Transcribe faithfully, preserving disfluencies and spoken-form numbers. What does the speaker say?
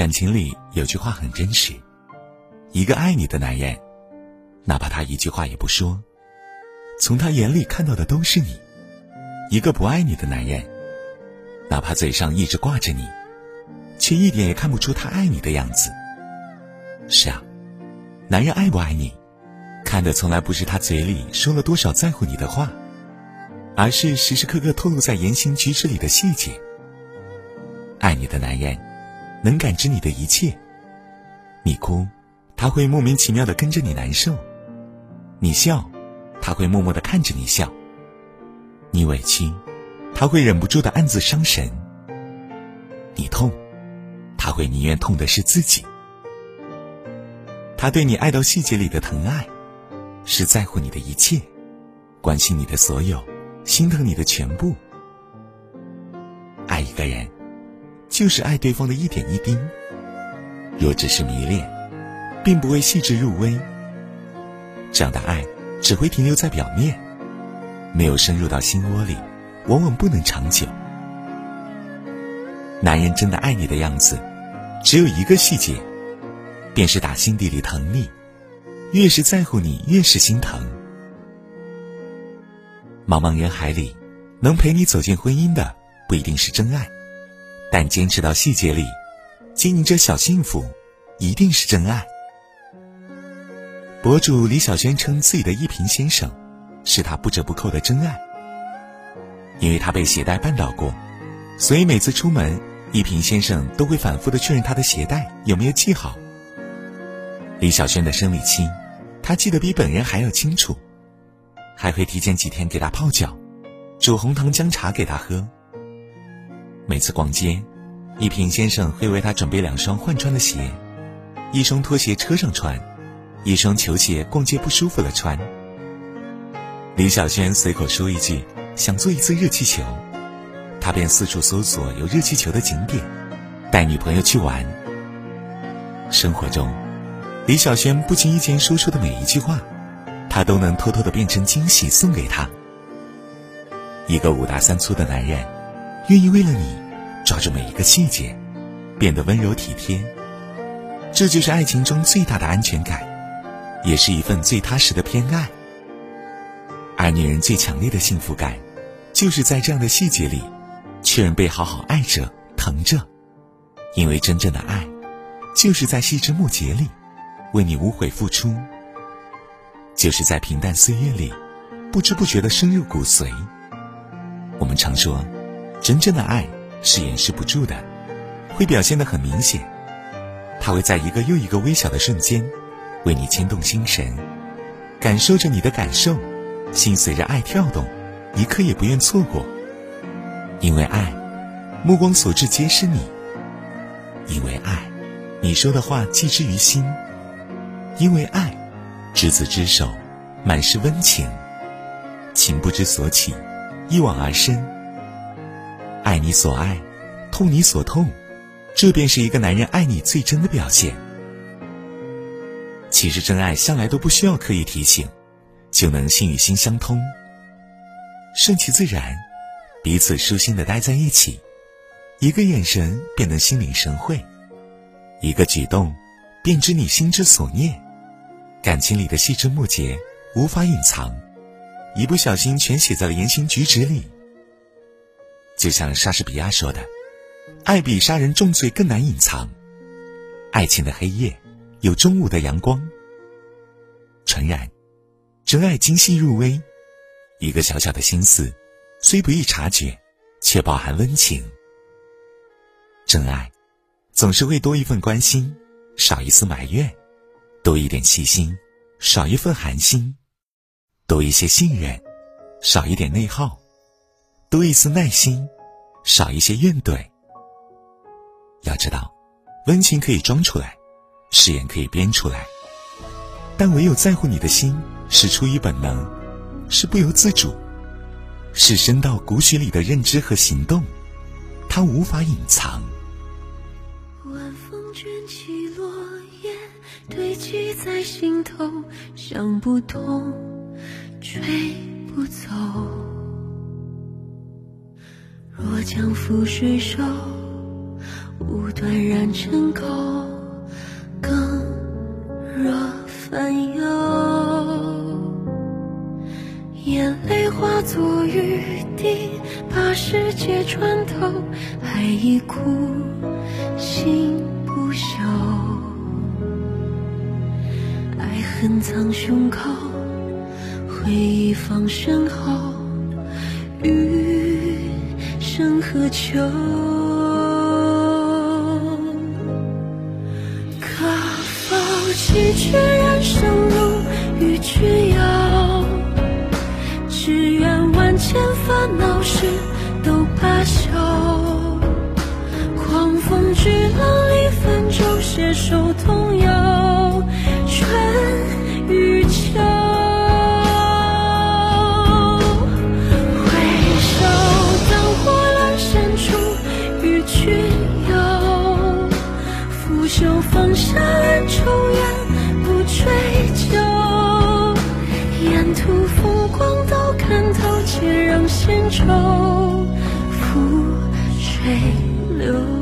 感情里有句话很真实，一个爱你的男人，哪怕他一句话也不说，从他眼里看到的都是你；一个不爱你的男人，哪怕嘴上一直挂着你，却一点也看不出他爱你的样子。是啊，男人爱不爱你，看的从来不是他嘴里说了多少在乎你的话，而是时时刻刻透露在言行举止里的细节。爱你的男人能感知你的一切，你哭他会莫名其妙地跟着你难受，你笑他会默默地看着你笑，你委屈他会忍不住地暗自伤神，你痛他会宁愿痛的是自己。他对你爱到细节里的疼爱，是在乎你的一切，关心你的所有，心疼你的全部。爱一个人就是爱对方的一点一滴，若只是迷恋，并不会细致入微，这样的爱只会停留在表面，没有深入到心窝里，往往不能长久。男人真的爱你的样子只有一个细节，便是打心底里疼你，越是在乎你越是心疼。茫茫人海里，能陪你走进婚姻的不一定是真爱，但坚持到细节里，经营着小幸福，一定是真爱。博主李小轩称自己的一平先生是他不折不扣的真爱。因为他被鞋带绊倒过，所以每次出门，一平先生都会反复地确认他的鞋带有没有系好。李小轩的生理期，他记得比本人还要清楚，还会提前几天给他泡脚，煮红糖姜茶给他喝。每次逛街，一平先生会为他准备两双换穿的鞋，一双拖鞋车上穿，一双球鞋逛街不舒服了穿。李小轩随口说一句想做一次热气球，他便四处搜索有热气球的景点，带女朋友去玩。生活中，李小轩不经意间说出的每一句话，他都能偷偷地变成惊喜送给他。一个五大三粗的男人，愿意为了你抓住每一个细节，变得温柔体贴，这就是爱情中最大的安全感，也是一份最踏实的偏爱。而女人最强烈的幸福感，就是在这样的细节里，确认被好好爱着、疼着。因为真正的爱，就是在细枝末节里，为你无悔付出，就是在平淡岁月里，不知不觉地深入骨髓。我们常说，真正的爱是掩饰不住的，会表现得很明显。它会在一个又一个微小的瞬间，为你牵动心神，感受着你的感受，心随着爱跳动，一刻也不愿错过。因为爱，目光所至皆是你；因为爱，你说的话记之于心；因为爱，执子之手，满是温情。情不知所起，一往而深。爱你所爱，痛你所痛，这便是一个男人爱你最真的表现。其实真爱向来都不需要刻意提醒，就能心与心相通，顺其自然，彼此舒心地待在一起，一个眼神便能心领神会，一个举动便知你心之所念。感情里的细枝末节无法隐藏，一不小心全写在了言行举止里。就像莎士比亚说的，爱比杀人重罪更难隐藏，爱情的黑夜有中午的阳光。诚然，真爱精细入微，一个小小的心思虽不易察觉，却饱含温情。真爱总是会多一份关心，少一丝埋怨，多一点细心，少一份寒心，多一些信任，少一点内耗，多一丝耐心，少一些怨怼。要知道，温情可以装出来，誓言可以编出来，但唯有在乎你的心是出于本能，是不由自主，是深到骨血里的认知和行动，它无法隐藏。 晚风卷起落叶，堆积在心头，想不通，吹不走。若将覆水收， 无端染成口，更若烦忧。眼泪化作雨滴，把世界穿透，爱已苦，心不休。爱恨藏胸口，回忆放身后，余生何求？可否崎岖人生路与君游？只愿万千烦恼事都罢休，狂风巨浪里泛舟，携手同游春与秋。回首灯火阑珊处与君游，拂袖放下恩仇怨不追究，沿途风光都看透，且让闲愁付水流。